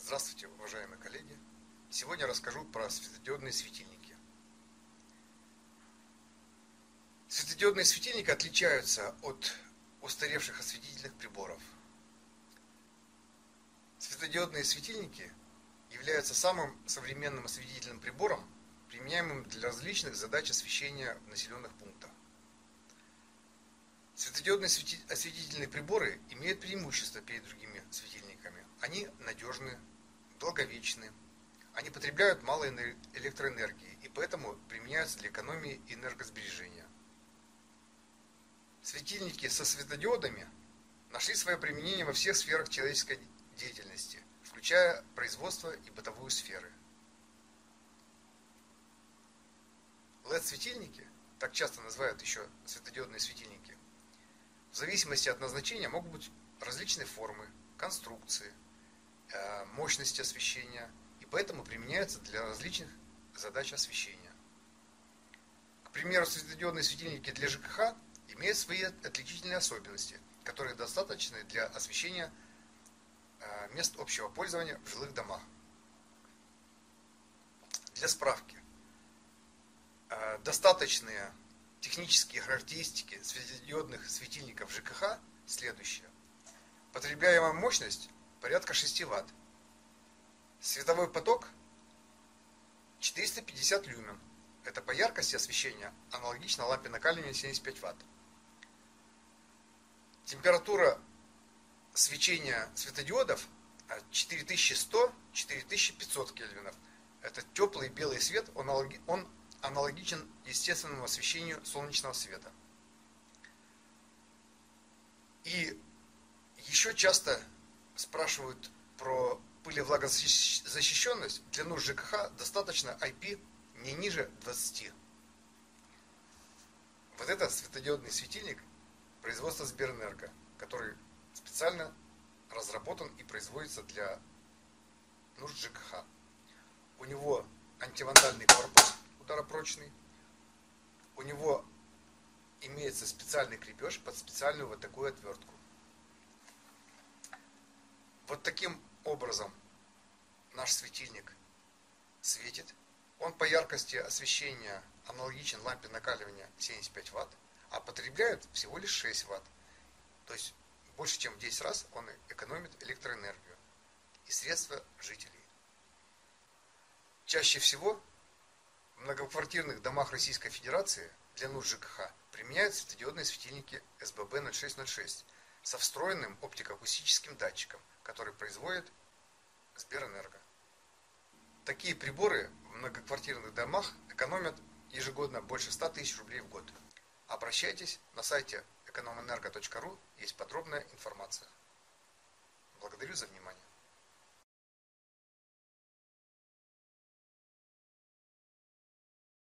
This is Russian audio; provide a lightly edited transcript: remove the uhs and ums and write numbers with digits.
Здравствуйте, уважаемые коллеги! Сегодня расскажу про светодиодные светильники. Светодиодные светильники отличаются от устаревших осветительных приборов. Светодиодные светильники являются самым современным осветительным прибором, применяемым для различных задач освещения в населенных пунктах. Светодиодные осветительные приборы имеют преимущество перед другими светильниками. Они надежны, долговечны, они потребляют мало электроэнергии и поэтому применяются для экономии и энергосбережения. Светильники со светодиодами нашли свое применение во всех сферах человеческой деятельности, включая производство и бытовую сферы. LED-светильники, так часто называют еще светодиодные светильники, в зависимости от назначения могут быть различной формы, конструкции, мощности освещения, и поэтому применяются для различных задач освещения. К примеру, светодиодные светильники для ЖКХ имеют свои отличительные особенности, которые достаточны для освещения мест общего пользования в жилых домах. Для справки, достаточные технические характеристики светодиодных светильников ЖКХ следующие. Потребляемая мощность порядка 6 Вт. Световой поток 450 люмен. Это по яркости освещения аналогично лампе накаливания 75 Вт. Температура свечения светодиодов 4100-4500 кельвинов. Это теплый белый свет, он аналогичен естественному освещению солнечного света. И еще часто спрашивают про пылевлагозащищенность. Для нужд ЖКХ достаточно IP не ниже 20. Вот это светодиодный светильник производства Сберэнерго, который специально разработан и производится для нужд ЖКХ. У него антивандальный корпус ударопрочный. У него имеется специальный крепеж под специальную вот такую отвертку. Вот таким образом наш светильник светит. Он по яркости освещения аналогичен лампе накаливания 75 Вт, а потребляет всего лишь 6 Вт. То есть больше чем в 10 раз он экономит электроэнергию и средства жителей. Чаще всего в многоквартирных домах Российской Федерации для нужд ЖКХ применяют светодиодные светильники СББ-0606 со встроенным оптико-акустическим датчиком, который производит Сберэнерго. Такие приборы в многоквартирных домах экономят ежегодно больше 100 тысяч рублей в год. Обращайтесь, на сайте экономэнерго.ру есть подробная информация. Благодарю за внимание.